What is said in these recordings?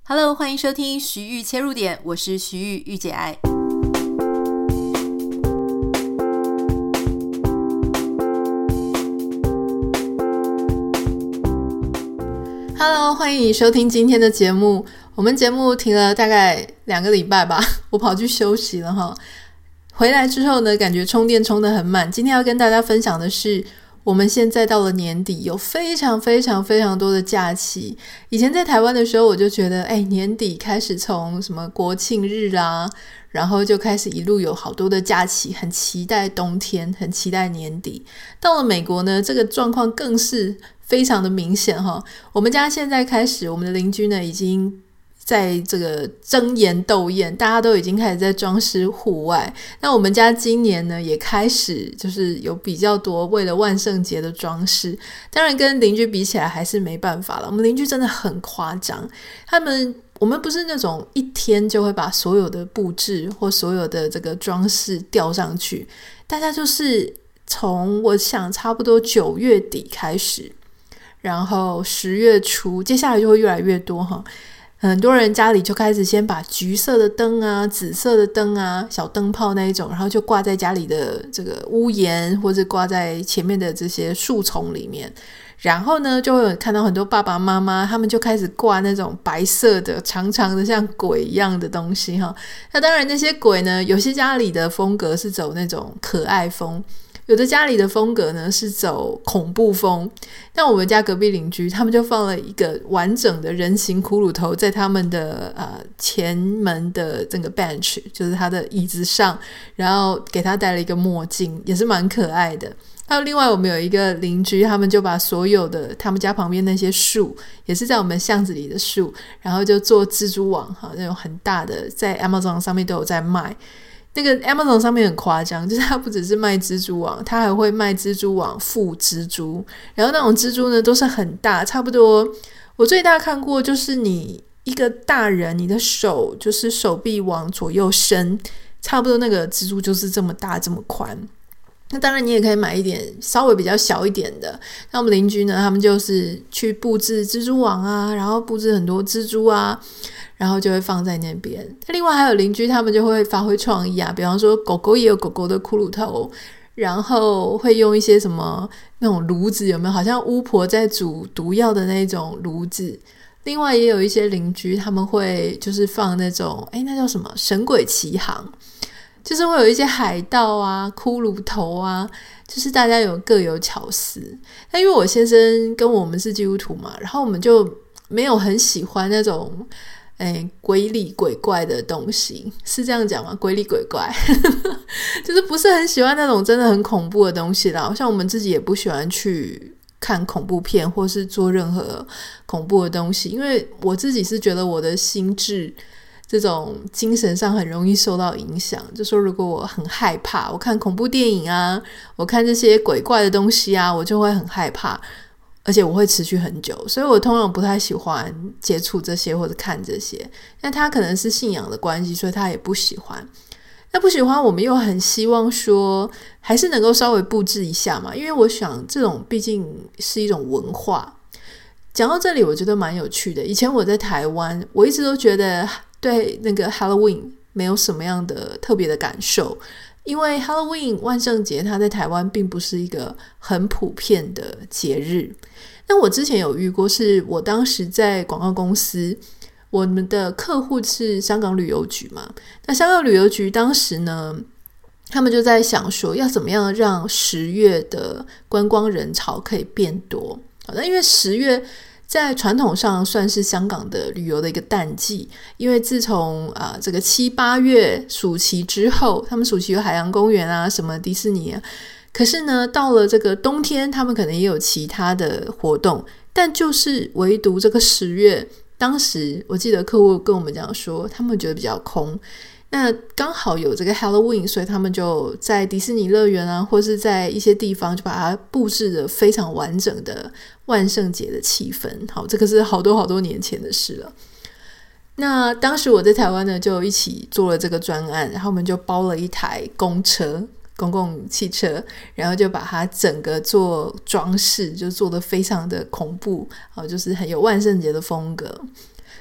Hello， 欢迎收听徐玉切入点，我是徐玉玉姐爱。Hello， 欢迎你收听今天的节目。我们节目停了大概2个礼拜吧，我跑去休息了哈。回来之后呢，感觉充电充得很满。今天要跟大家分享的是，我们现在到了年底，有非常多的假期。以前在台湾的时候，我就觉得年底开始从什么国庆日啊，然后就开始一路有好多的假期，很期待冬天，很期待年底。到了美国呢，这个状况更是非常的明显哈。我们家现在开始，我们的邻居呢已经在这个争妍斗艳，大家都已经开始在装饰户外。那我们家今年呢也开始就是有比较多为了万圣节的装饰，当然跟邻居比起来还是没办法了。我们邻居真的很夸张，我们不是那种一天就会把所有的布置或所有的这个装饰吊上去，大家就是从我想差不多9月底开始，然后10月初，接下来就会越来越多哈。很多人家里就开始先把橘色的灯啊、紫色的灯啊、小灯泡那一种，然后就挂在家里的这个屋檐，或者挂在前面的这些树丛里面。然后呢，就会有看到很多爸爸妈妈，他们就开始挂那种白色的、长长的像鬼一样的东西哈。那当然，那些鬼呢，有些家里的风格是走那种可爱风，有的家里的风格呢是走恐怖风。但我们家隔壁邻居他们就放了一个完整的人形骷髅头在他们的前门的这个 bench， 就是他的椅子上，然后给他戴了一个墨镜，也是蛮可爱的。还有另外我们有一个邻居，他们就把所有的他们家旁边那些树，也是在我们巷子里的树，然后就做蜘蛛网那种很大的，在 Amazon 上面都有在卖。那个 Amazon 上面很夸张，就是它不只是卖蜘蛛网，它还会卖蜘蛛网附蜘蛛，然后那种蜘蛛呢都是很大，差不多我最大看过就是你一个大人，你的手就是手臂往左右伸，差不多那个蜘蛛就是这么大这么宽。那当然你也可以买一点稍微比较小一点的。那我们邻居呢，他们就是去布置蜘蛛网啊，然后布置很多蜘蛛啊，然后就会放在那边。另外还有邻居他们就会发挥创意啊，比方说狗狗也有狗狗的骷髅头，然后会用一些什么那种炉子，有没有好像巫婆在煮毒药的那种炉子。另外也有一些邻居他们会就是放那种那叫什么神鬼奇航，就是会有一些海盗啊、骷髅头啊，就是大家各有巧思。但因为我先生跟我们是基督徒嘛，然后我们就没有很喜欢那种鬼里鬼怪的东西，是这样讲吗？鬼里鬼怪就是不是很喜欢那种真的很恐怖的东西啦。像我们自己也不喜欢去看恐怖片或是做任何恐怖的东西，因为我自己是觉得我的心智这种精神上很容易受到影响，就说如果我很害怕，我看恐怖电影啊，我看这些鬼怪的东西啊，我就会很害怕，而且我会持续很久，所以我通常不太喜欢接触这些或者看这些。那他可能是信仰的关系，所以他也不喜欢。那不喜欢我们又很希望说还是能够稍微布置一下嘛，因为我想这种毕竟是一种文化。讲到这里我觉得蛮有趣的，以前我在台湾我一直都觉得对那个 Halloween 没有什么样的特别的感受，因为 Halloween 万圣节它在台湾并不是一个很普遍的节日。那我之前有遇过，是我当时在广告公司，我们的客户是香港旅游局嘛，那香港旅游局当时呢，他们就在想说要怎么样让10月的观光人潮可以变多。那因为10月在传统上算是香港的旅游的一个淡季，因为自从这个7、8月暑期之后，他们暑期有海洋公园啊，什么迪士尼啊，可是呢到了这个冬天他们可能也有其他的活动，但就是唯独这个10月，当时我记得客户跟我们讲说他们觉得比较空，那刚好有这个 Halloween， 所以他们就在迪士尼乐园啊，或是在一些地方就把它布置得非常完整的万圣节的气氛。好，这个是好多年前的事了。那当时我在台湾呢，就一起做了这个专案，然后我们就包了一台公车，公共汽车，然后就把它整个做装饰，就做得非常的恐怖，就是很有万圣节的风格。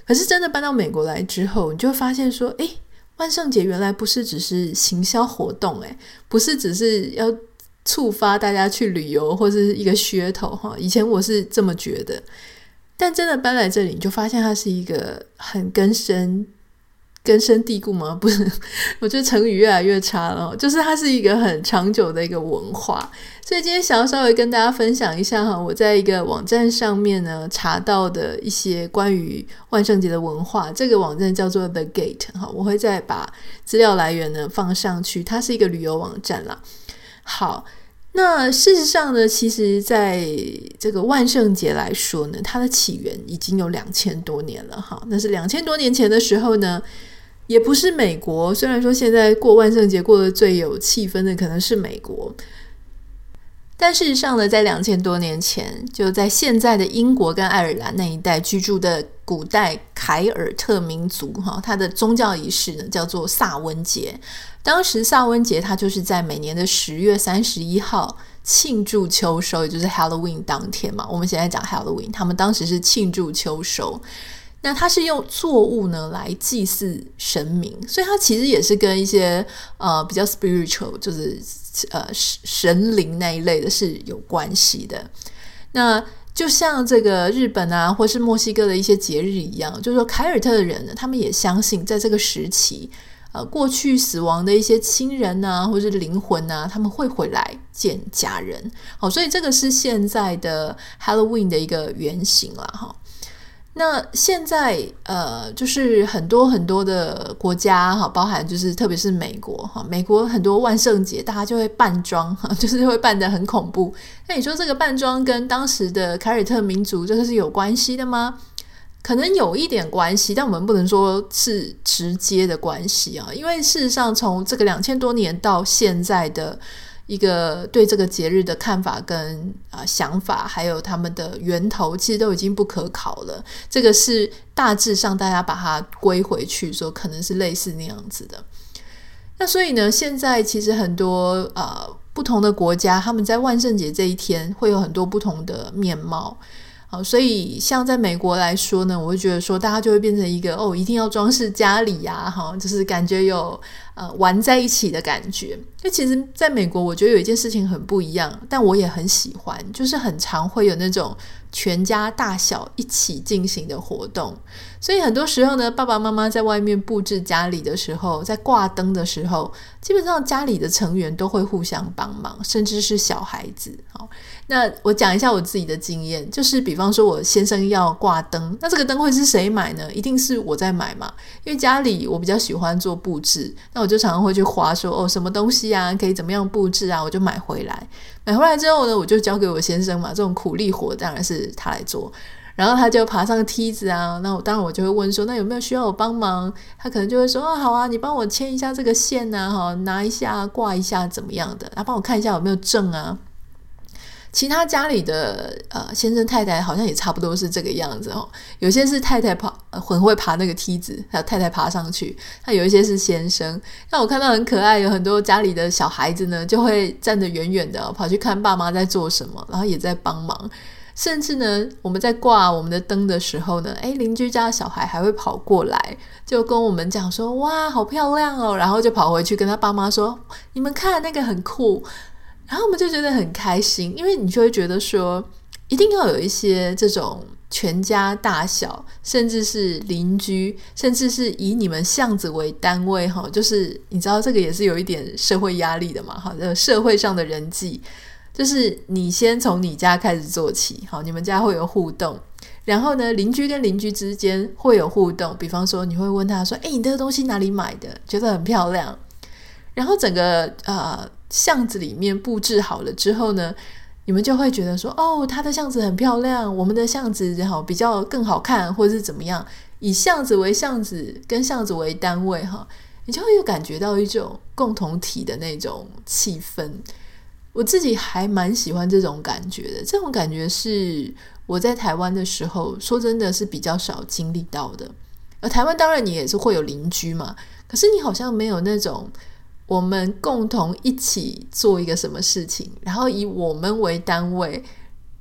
可是真的搬到美国来之后，你就会发现说，万圣节原来不是只是行销活动，不是只是要触发大家去旅游或是一个噱头哈。以前我是这么觉得，但真的搬来这里，你就发现它是一个很根深蒂固吗？不是，我觉得成语越来越差了，就是它是一个很长久的一个文化。所以今天想要稍微跟大家分享一下哈，我在一个网站上面呢查到的一些关于万圣节的文化。这个网站叫做 The Gate 哈，我会再把资料来源呢放上去，它是一个旅游网站啦。好，那事实上呢，其实在这个万圣节来说呢，它的起源已经有2000多年了哈。那是2000多年前的时候呢，也不是美国，虽然说现在过万圣节过得最有气氛的可能是美国，但事实上呢，在2000多年前，就在现在的英国跟爱尔兰那一带居住的古代凯尔特民族，它的宗教仪式呢叫做萨温节。当时萨温节它就是在每年的10月31号庆祝秋收，也就是 Halloween 当天嘛。我们现在讲 Halloween， 他们当时是庆祝秋收。那它是用作物呢来祭祀神明，所以它其实也是跟一些比较 spiritual， 就是神灵那一类的是有关系的。那就像这个日本啊或是墨西哥的一些节日一样，就是说凯尔特的人呢，他们也相信在这个时期过去死亡的一些亲人啊或是灵魂啊，他们会回来见家人。好，所以这个是现在的 Halloween 的一个原型啦哈。那现在就是很多很多的国家哈，包含就是特别是美国哈，美国很多万圣节大家就会扮装哈，就是会扮得很恐怖。那你说这个扮装跟当时的凯尔特民族这个是有关系的吗？可能有一点关系，但我们不能说是直接的关系啊，因为事实上从这个2000多年到现在的一个对这个节日的看法跟想法，还有他们的源头其实都已经不可考了。这个是大致上大家把它归回去说可能是类似那样子的。那所以呢，现在其实很多不同的国家，他们在万圣节这一天会有很多不同的面貌。所以像在美国来说呢，我会觉得说大家就会变成一个一定要装饰家里啊，就是感觉有玩在一起的感觉。因为其实在美国我觉得有一件事情很不一样，但我也很喜欢，就是很常会有那种全家大小一起进行的活动。所以很多时候呢，爸爸妈妈在外面布置家里的时候，在挂灯的时候，基本上家里的成员都会互相帮忙，甚至是小孩子。那我讲一下我自己的经验，就是比方说我先生要挂灯，那这个灯会是谁买呢？一定是我在买嘛，因为家里我比较喜欢做布置，那我就常常会去滑说什么东西啊可以怎么样布置啊，我就买回来之后呢，我就交给我先生嘛，这种苦力活当然是他来做。然后他就爬上梯子啊，那当然我就会问说那有没有需要我帮忙，他可能就会说好啊，你帮我牵一下这个线啊，拿一下挂一下怎么样的，然后帮我看一下有没有正啊。其他家里的先生太太好像也差不多是这个样子有些是太太很会爬那个梯子，还有太太爬上去，那有一些是先生。那我看到很可爱，有很多家里的小孩子呢就会站得远远的跑去看爸妈在做什么，然后也在帮忙。甚至呢我们在挂我们的灯的时候呢，邻居家的小孩还会跑过来就跟我们讲说哇好漂亮然后就跑回去跟他爸妈说你们看那个很酷。然后我们就觉得很开心，因为你就会觉得说一定要有一些这种全家大小，甚至是邻居，甚至是以你们巷子为单位就是你知道这个也是有一点社会压力的嘛社会上的人际，就是你先从你家开始做起你们家会有互动，然后呢邻居跟邻居之间会有互动，比方说你会问他说你这个东西哪里买的，觉得很漂亮，然后整个巷子里面布置好了之后呢，你们就会觉得说他的巷子很漂亮，我们的巷子比较更好看，或者是怎么样，以巷子为巷子跟巷子为单位你就会有感觉到一种共同体的那种气氛。我自己还蛮喜欢这种感觉的，这种感觉是我在台湾的时候说真的是比较少经历到的。而台湾当然你也是会有邻居嘛，可是你好像没有那种我们共同一起做一个什么事情，然后以我们为单位，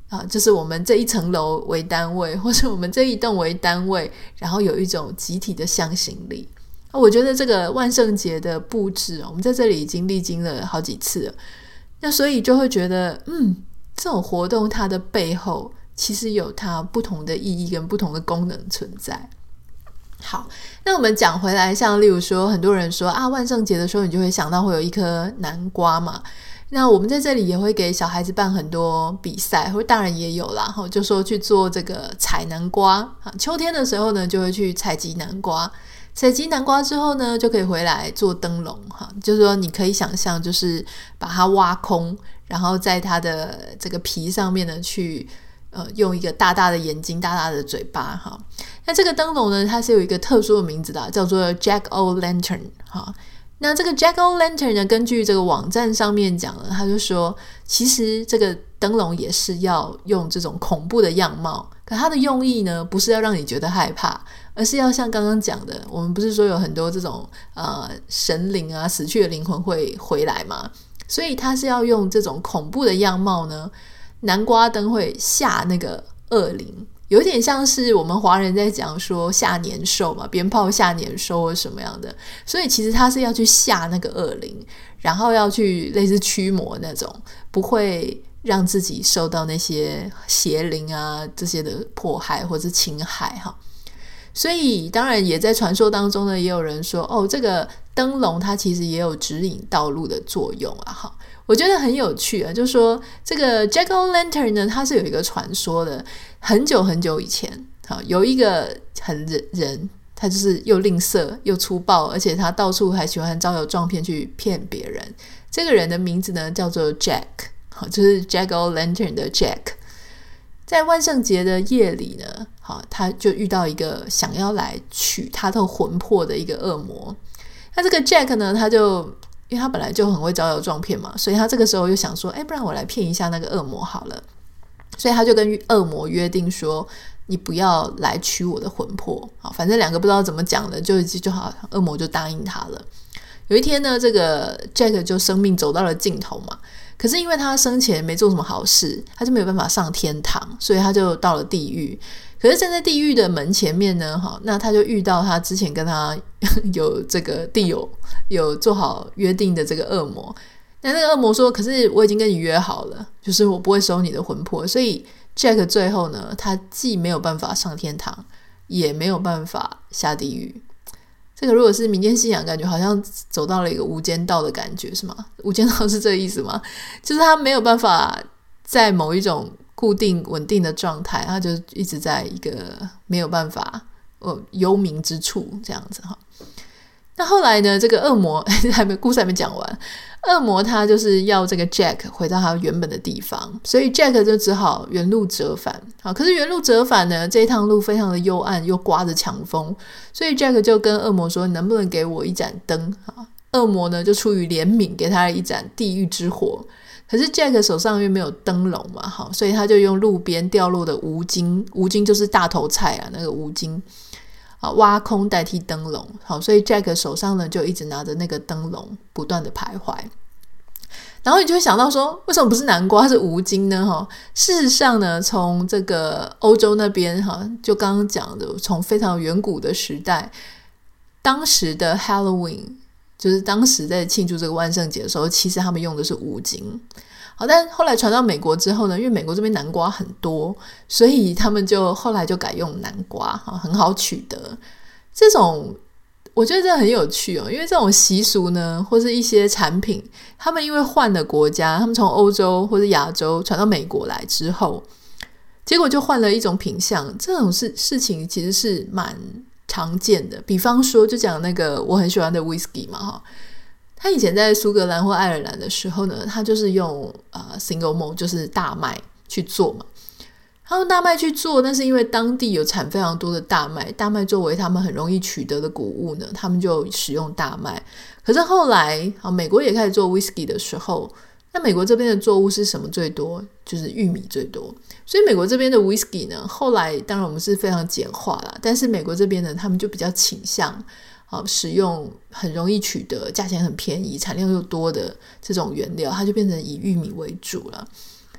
就是我们这一层楼为单位，或是我们这一栋为单位，然后有一种集体的向心力。我觉得这个万圣节的布置，我们在这里已经历经了好几次了，那所以就会觉得这种活动它的背后其实有它不同的意义跟不同的功能存在。好，那我们讲回来，像例如说很多人说万圣节的时候你就会想到会有一颗南瓜嘛，那我们在这里也会给小孩子办很多比赛，或者大人也有啦，就说去做这个采南瓜，秋天的时候呢就会去采集南瓜，采集南瓜之后呢就可以回来做灯笼，就是说你可以想象就是把它挖空，然后在它的这个皮上面呢去用一个大大的眼睛大大的嘴巴。那这个灯笼呢它是有一个特殊的名字的，叫做 Jack-o'-lantern。 那这个 Jack-o'-lantern 呢根据这个网站上面讲了，他就说其实这个灯笼也是要用这种恐怖的样貌，可它的用意呢不是要让你觉得害怕，而是要像刚刚讲的，我们不是说有很多这种神灵死去的灵魂会回来吗？所以它是要用这种恐怖的样貌呢，南瓜灯会吓那个恶灵，有点像是我们华人在讲说吓年兽嘛，鞭炮吓年兽或什么样的，所以其实它是要去吓那个恶灵，然后要去类似驱魔那种，不会让自己受到那些邪灵这些的迫害或是侵害。所以当然也在传说当中呢，也有人说这个灯笼它其实也有指引道路的作用我觉得很有趣就是说这个 Jack-o'-lantern 呢它是有一个传说的，很久很久以前有一个人他就是又吝啬又粗暴，而且他到处还喜欢招摇撞骗去骗别人。这个人的名字呢叫做 Jack， 就是 Jack-o'-lantern 的 Jack。在万圣节的夜里呢他就遇到一个想要来取他的魂魄的一个恶魔。那这个 Jack 呢他就因为他本来就很会招摇撞骗嘛，所以他这个时候又想说不然我来骗一下那个恶魔好了，所以他就跟恶魔约定说你不要来取我的魂魄。反正两个不知道怎么讲的，就好，恶魔就答应他了。有一天呢这个 Jack 就生命走到了尽头嘛，可是因为他生前没做什么好事，他就没有办法上天堂，所以他就到了地狱。可是站在地狱的门前面呢那他就遇到他之前跟他有这个地友有做好约定的这个恶魔。那个恶魔说可是我已经跟你约好了，就是我不会收你的魂魄。所以 Jack 最后呢他既没有办法上天堂，也没有办法下地狱。这个如果是民间信仰，感觉好像走到了一个无间道的感觉，是吗？无间道是这个意思吗？就是他没有办法在某一种固定稳定的状态，他就一直在一个没有办法幽冥之处这样子那后来呢这个恶魔故事还没讲完，恶魔他就是要这个 Jack 回到他原本的地方，所以 Jack 就只好原路折返。可是原路折返呢这一趟路非常的幽暗，又刮着强风，所以 Jack 就跟恶魔说你能不能给我一盏灯。恶魔呢就出于怜悯给他一盏地狱之火。可是 Jack 手上又没有灯笼嘛所以他就用路边掉落的无精就是大头菜那个无精挖空代替灯笼。所以 Jack 手上呢就一直拿着那个灯笼不断的徘徊。然后你就会想到说为什么不是南瓜是无精呢事实上呢从这个欧洲那边就刚刚讲的从非常远古的时代，当时的 Halloween 就是当时在庆祝这个万圣节的时候，其实他们用的是无精。但后来传到美国之后呢，因为美国这边南瓜很多，所以他们就后来就改用南瓜很好取得。这种我觉得这很有趣因为这种习俗呢或是一些产品，他们因为换了国家，他们从欧洲或是亚洲传到美国来之后，结果就换了一种品相。这种事情其实是蛮常见的。比方说就讲那个我很喜欢的 whisky 嘛他以前在苏格兰或爱尔兰的时候呢，他就是用single malt 就是大麦去做嘛。他用大麦去做，但是因为当地有产非常多的大麦，大麦作为他们很容易取得的谷物呢，他们就使用大麦。可是后来美国也开始做 whisky 的时候，那美国这边的作物是什么最多？就是玉米最多。所以美国这边的 whisky 呢，后来当然我们是非常简化啦，但是美国这边呢，他们就比较倾向使用很容易取得、价钱很便宜、产量又多的这种原料，它就变成以玉米为主了。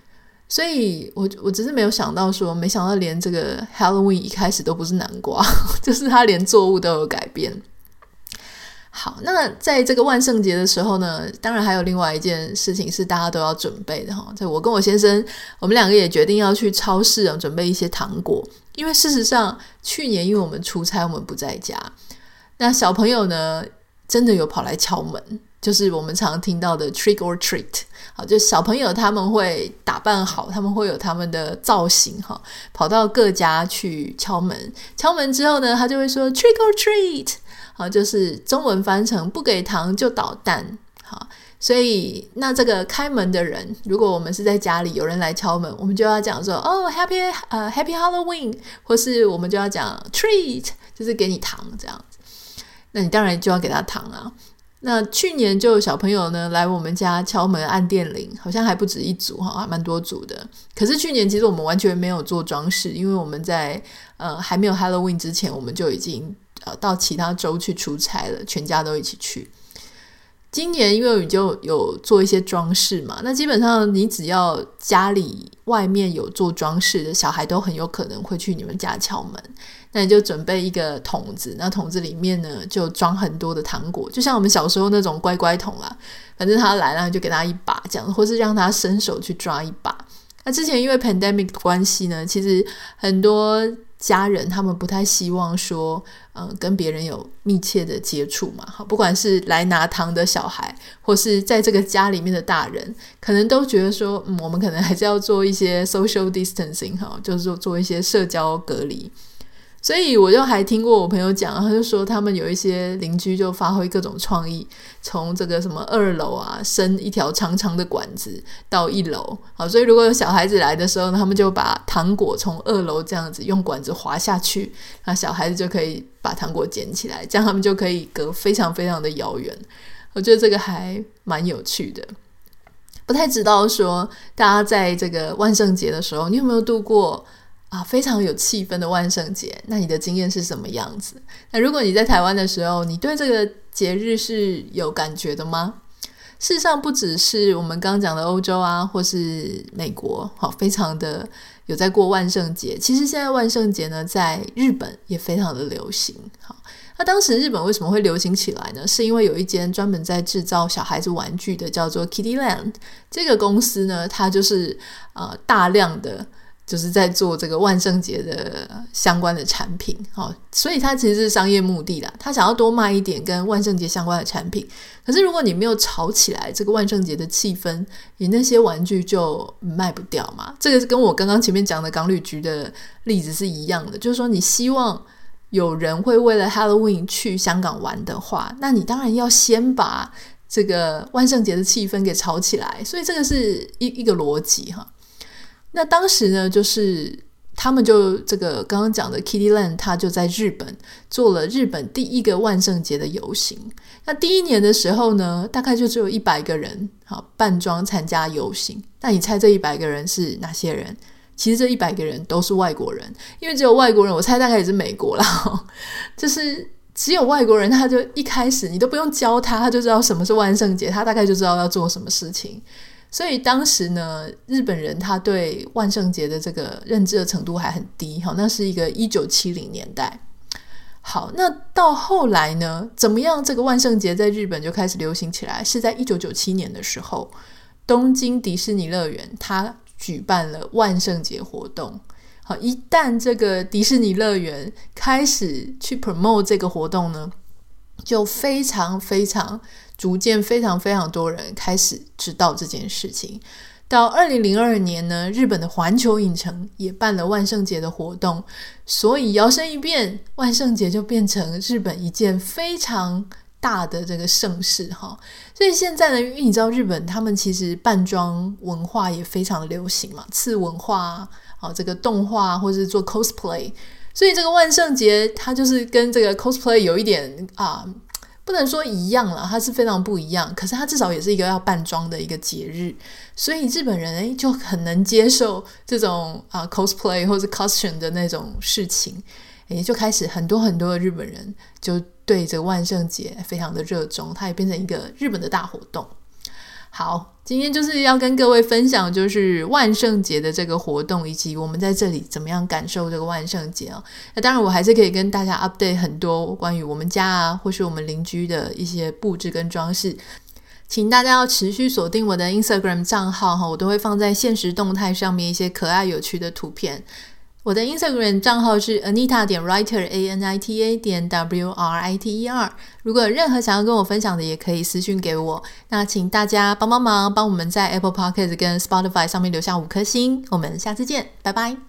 所以我只是没有想到说，没想到连这个 Halloween 一开始都不是南瓜，就是它连作物都有改变。好，那在这个万圣节的时候呢，当然还有另外一件事情是大家都要准备的哈。我跟我先生，我们两个也决定要去超市准备一些糖果，因为事实上去年因为我们出差，我们不在家，那小朋友呢真的有跑来敲门，就是我们常听到的 trick or treat。好，就小朋友他们会打扮好，他们会有他们的造型哈，跑到各家去敲门。敲门之后呢，他就会说 trick or treat。好，就是中文翻成不给糖就捣蛋。好，所以那这个开门的人，如果我们是在家里有人来敲门，我们就要讲说happy Halloween， 或是我们就要讲 treat， 就是给你糖这样子。那你当然就要给他糖啊。那去年就有小朋友呢来我们家敲门按电铃，好像还不止一组哈，还蛮多组的。可是去年其实我们完全没有做装饰，因为我们在还没有 Halloween 之前，我们就已经到其他州去出差了，全家都一起去。今年因为你就有做一些装饰嘛，那基本上你只要家里外面有做装饰的小孩都很有可能会去你们家敲门。那你就准备一个桶子，那桶子里面呢就装很多的糖果，就像我们小时候那种乖乖桶啦，反正他来了就给他一把这样，或是让他伸手去抓一把。那之前因为 pandemic 的关系呢，其实很多家人他们不太希望说跟别人有密切的接触嘛，不管是来拿糖的小孩或是在这个家里面的大人，可能都觉得说我们可能还是要做一些 social distancing， 就是做一些社交隔离。所以我就还听过我朋友讲，他就说他们有一些邻居就发挥各种创意，从这个什么2楼啊伸一条长长的管子到1楼。好，所以如果有小孩子来的时候呢，他们就把糖果从2楼这样子用管子滑下去，那小孩子就可以把糖果捡起来，这样他们就可以隔非常非常的遥远。我觉得这个还蛮有趣的。不太知道说大家在这个万圣节的时候，你有没有度过非常有气氛的万圣节？那你的经验是什么样子？那如果你在台湾的时候，你对这个节日是有感觉的吗？事实上不只是我们刚刚讲的欧洲或是美国非常的有在过万圣节，其实现在万圣节呢在日本也非常的流行。那当时日本为什么会流行起来呢？是因为有一间专门在制造小孩子玩具的叫做 Kittyland 这个公司呢，它就是大量的就是在做这个万圣节的相关的产品，所以它其实是商业目的啦，它想要多卖一点跟万圣节相关的产品。可是如果你没有炒起来这个万圣节的气氛，你那些玩具就卖不掉嘛。这个跟我刚刚前面讲的港旅局的例子是一样的，就是说你希望有人会为了 Halloween 去香港玩的话，那你当然要先把这个万圣节的气氛给炒起来，所以这个是一个逻辑哈。那当时呢，就是他们就这个刚刚讲的 Kittyland， 他就在日本做了日本第一个万圣节的游行。那第一年的时候呢，大概就只有100个人扮装参加游行。那你猜这100个人是哪些人？其实这100个人都是外国人，因为只有外国人，我猜大概也是美国啦，就是只有外国人，他就一开始你都不用教他，他就知道什么是万圣节，他大概就知道要做什么事情。所以当时呢，日本人他对万圣节的这个认知的程度还很低，那是一个1970年代。好，那到后来呢，怎么样这个万圣节在日本就开始流行起来？是在1997年的时候，东京迪士尼乐园它举办了万圣节活动。好，一旦这个迪士尼乐园开始去 promote 这个活动呢，就非常非常逐渐非常非常多人开始知道这件事情。到2002年呢，日本的环球影城也办了万圣节的活动，所以摇身一变，万圣节就变成日本一件非常大的这个盛事哈。所以现在呢，因为你知道日本他们其实扮装文化也非常的流行嘛，次文化这个动画或是做 cosplay， 所以这个万圣节它就是跟这个 cosplay 有一点不能说一样啦，它是非常不一样，可是它至少也是一个要扮装的一个节日，所以日本人就很能接受这种cosplay 或是 costume 的那种事情，就开始很多很多的日本人就对这个万圣节非常的热衷，它也变成一个日本的大活动。 好，今天就是要跟各位分享就是万圣节的这个活动，以及我们在这里怎么样感受这个万圣节哦。那当然我还是可以跟大家 update 很多关于我们家啊或是我们邻居的一些布置跟装饰，请大家要持续锁定我的 Instagram 账号，我都会放在限时动态上面一些可爱有趣的图片。我的 Instagram 账号是 Anita.Writer ANITA.WRITER， 如果有任何想要跟我分享的也可以私讯给我。那请大家帮我们在 Apple Podcast 跟 Spotify 上面留下5颗星，我们下次见，拜拜。